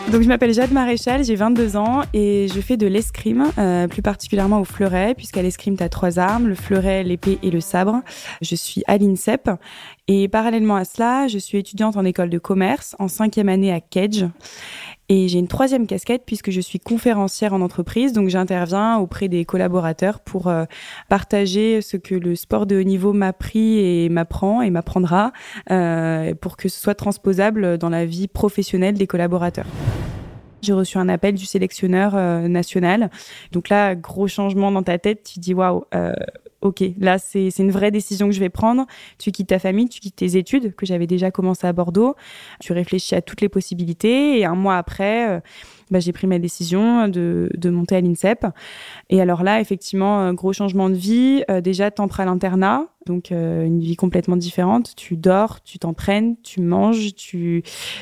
Donc je m'appelle Jade Maréchal, j'ai 22 ans et je fais de l'escrime, plus particulièrement au fleuret, puisqu'à l'escrime tu as 3 armes, le fleuret, l'épée et le sabre. Je suis à l'INSEP et parallèlement à cela, je suis étudiante en école de commerce en 5e année à Kedge. Et j'ai une 3e casquette puisque je suis conférencière en entreprise, donc j'interviens auprès des collaborateurs pour partager ce que le sport de haut niveau m'a appris et m'apprend et m'apprendra pour que ce soit transposable dans la vie professionnelle des collaborateurs. J'ai reçu un appel du sélectionneur national. Donc là, gros changement dans ta tête, tu dis waouh, ok, là c'est une vraie décision que je vais prendre. Tu quittes ta famille, tu quittes tes études que j'avais déjà commencé à Bordeaux. Tu réfléchis à toutes les possibilités et un mois après, j'ai pris ma décision de monter à l'INSEP. Et alors là, effectivement, gros changement de vie. Déjà, t'entres à l'internat, donc une vie complètement différente. Tu dors, tu t'entraînes, tu manges, tu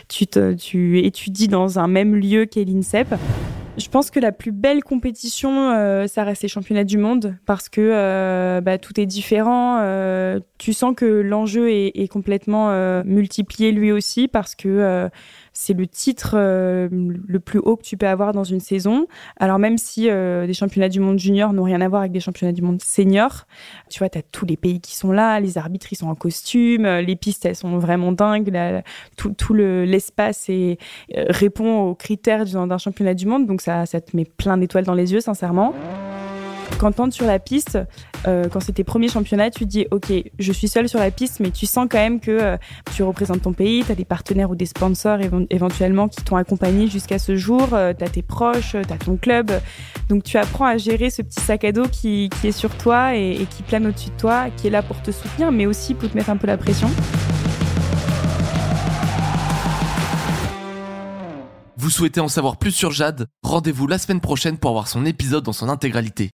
étudies dans un même lieu qu'est l'INSEP. Je pense que la plus belle compétition, ça reste les championnats du monde parce que tout est différent. Tu sens que l'enjeu est complètement multiplié lui aussi parce que c'est le titre le plus haut que tu peux avoir dans une saison. Alors même si les championnats du monde junior n'ont rien à voir avec des championnats du monde senior, tu vois, t'as tous les pays qui sont là, les arbitres ils sont en costume, les pistes elles sont vraiment dingues, tout l'espace répond aux critères d'un championnat du monde, donc ça te met plein d'étoiles dans les yeux, sincèrement. Quand tu entres sur la piste, quand c'est tes premiers championnats, tu te dis ok, je suis seule sur la piste, mais tu sens quand même que tu représentes ton pays, tu as des partenaires ou des sponsors éventuellement qui t'ont accompagné jusqu'à ce jour, tu as tes proches, tu as ton club. Donc tu apprends à gérer ce petit sac à dos qui est sur toi et qui plane au-dessus de toi, qui est là pour te soutenir, mais aussi pour te mettre un peu la pression. Vous souhaitez en savoir plus sur Jade ? Rendez-vous la semaine prochaine pour voir son épisode dans son intégralité.